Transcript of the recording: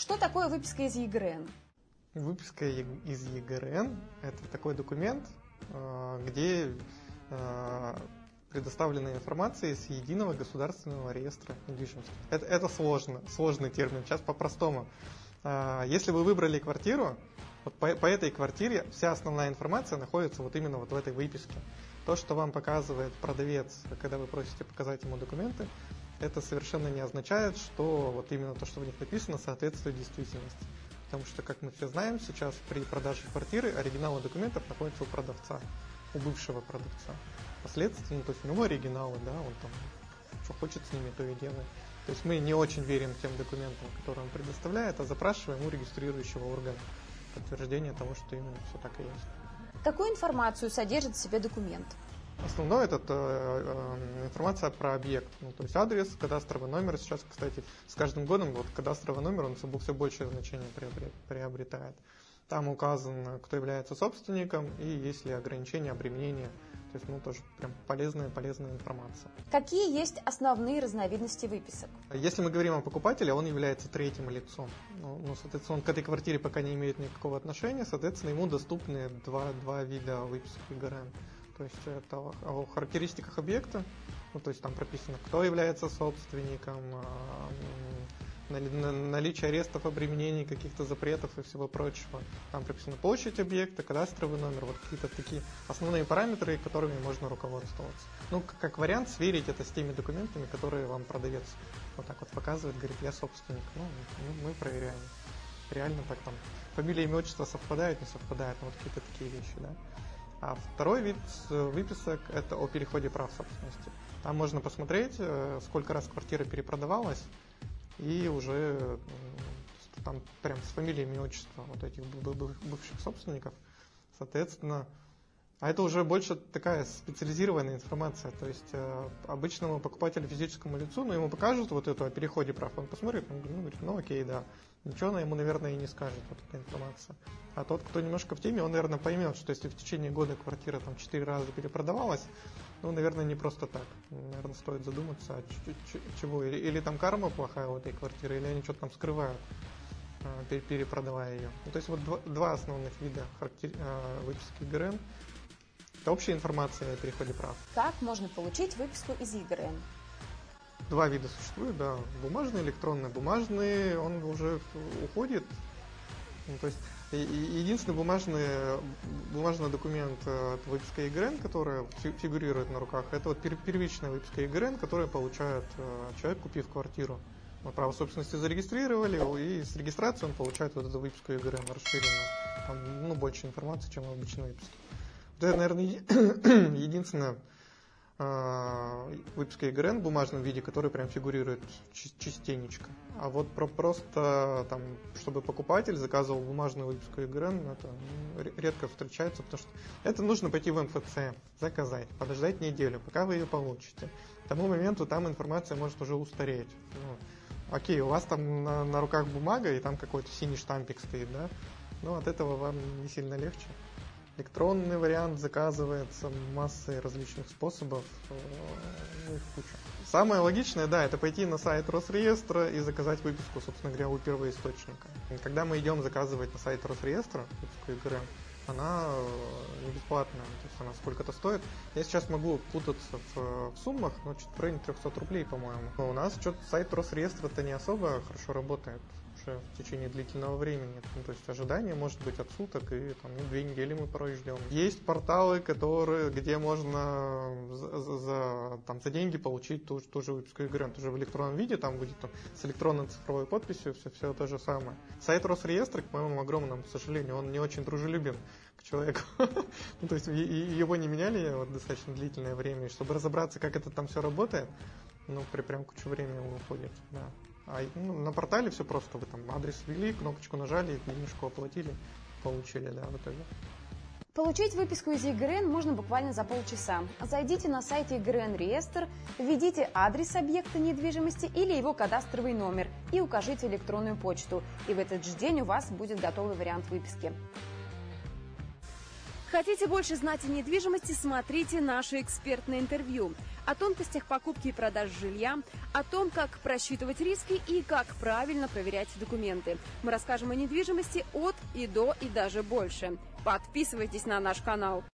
Что такое выписка из ЕГРН? Выписка из ЕГРН – это такой документ, где предоставлена информация из единого государственного реестра недвижимости. Это сложный термин. Сейчас по-простому. Если вы выбрали квартиру, вот по этой квартире вся основная информация находится вот именно вот в этой выписке. То, что вам показывает продавец, когда вы просите показать ему документы, это совершенно не означает, что вот именно то, что в них написано, соответствует действительности. Потому что, как мы все знаем, сейчас при продаже квартиры оригиналы документов находятся у продавца, у бывшего продавца. Последственно, то есть у него оригиналы, да, он там что хочет с ними, то и делает. То есть мы не очень верим тем документам, которые он предоставляет, а запрашиваем у регистрирующего органа подтверждение того, что именно все так и есть. Какую информацию содержит в себе документ? Основное это информация про объект, то есть адрес, кадастровый номер. Сейчас, кстати, с каждым годом вот кадастровый номер он все большее значение приобретает. Там указано, кто является собственником и есть ли ограничения, обременения. То есть, тоже прям полезная информация. Какие есть основные разновидности выписок? Если мы говорим о покупателе, он является третьим лицом. Соответственно, он к этой квартире пока не имеет никакого отношения, соответственно, ему доступны два вида выписок ЕГРН. То есть это о характеристиках объекта, то есть там прописано, кто является собственником, наличие арестов, обременений, каких-то запретов и всего прочего. Там прописана площадь объекта, кадастровый номер, вот какие-то такие основные параметры, которыми можно руководствоваться. Как вариант, сверить это с теми документами, которые вам продавец вот так вот показывает, говорит, я собственник. Мы проверяем. Реально так там фамилия, имя, отчество совпадают, не совпадают, вот какие-то такие вещи, да. А второй вид выписок – это о переходе прав собственности. Там можно посмотреть, сколько раз квартира перепродавалась, и уже там прям с фамилией, имя, отчество вот этих бывших собственников, соответственно. А это уже больше такая специализированная информация, то есть обычному покупателю, физическому лицу, ему покажут вот это о переходе прав, он посмотрит, он говорит, окей, да, ничего она ему, наверное, и не скажет, вот эта информация. А тот, кто немножко в теме, он, наверное, поймет, что если в течение года квартира там 4 раза перепродавалась, наверное, не просто так. Наверное, стоит задуматься, чего, или там карма плохая у этой квартиры, или они что-то там скрывают, перепродавая ее. То есть вот два основных вида выписки ЕГРН. Это общая информация о переходе прав. Как можно получить выписку из ЕГРН? Два вида существует, да. Бумажный, электронный. Бумажный, он уже уходит. То есть единственный бумажный документ от выписка ЕГРН, которая фигурирует на руках, это вот первичная выписка ЕГРН, которую получает человек, купив квартиру. Мы право собственности зарегистрировали, и с регистрацией он получает вот эту выписку ЕГРН расширенную. Там больше информации, чем в обычной выписке. Это, наверное, единственная выписка ЕГРН в бумажном виде, которая прям фигурирует частенечко. А вот просто там, чтобы покупатель заказывал бумажную выписку ЕГРН, это редко встречается, потому что это нужно пойти в МФЦ, заказать, подождать неделю, пока вы ее получите. К тому моменту там информация может уже устареть. Окей, у вас там на руках бумага, и там какой-то синий штампик стоит, да? От этого вам не сильно легче. Электронный вариант заказывается массой различных способов, их куча. Самое логичное, да, это пойти на сайт Росреестра и заказать выписку, собственно говоря, у первоисточника. И когда мы идем заказывать на сайт Росреестра выписку ЕГРН, она не бесплатная, то есть она сколько-то стоит. Я сейчас могу путаться в суммах, но чуть в районе 300 рублей, по-моему. Но у нас что-то сайт Росреестра-то не особо хорошо работает уже в течение длительного времени. То есть ожидание может быть от суток, и 2 недели мы порой ждем. Есть порталы, где можно за деньги получить ту же выписку ЕГРН, тоже в электронном виде, там будет с электронной цифровой подписью, все то же самое. Сайт Росреестра, к моему огромному сожалению, он не очень дружелюбен к человеку. То есть его не меняли достаточно длительное время, и чтобы разобраться, как это там все работает, прям кучу времени уходит, да. А на портале все просто, вы там адрес ввели, кнопочку нажали, денежку оплатили, получили, да, в итоге. Получить выписку из ЕГРН можно буквально за полчаса. Зайдите на сайт ЕГРН Реестр, введите адрес объекта недвижимости или его кадастровый номер и укажите электронную почту. И в этот же день у вас будет готовый вариант выписки. Хотите больше знать о недвижимости, смотрите наше экспертное интервью. О тонкостях покупки и продажи жилья, о том, как просчитывать риски и как правильно проверять документы. Мы расскажем о недвижимости от и до и даже больше. Подписывайтесь на наш канал.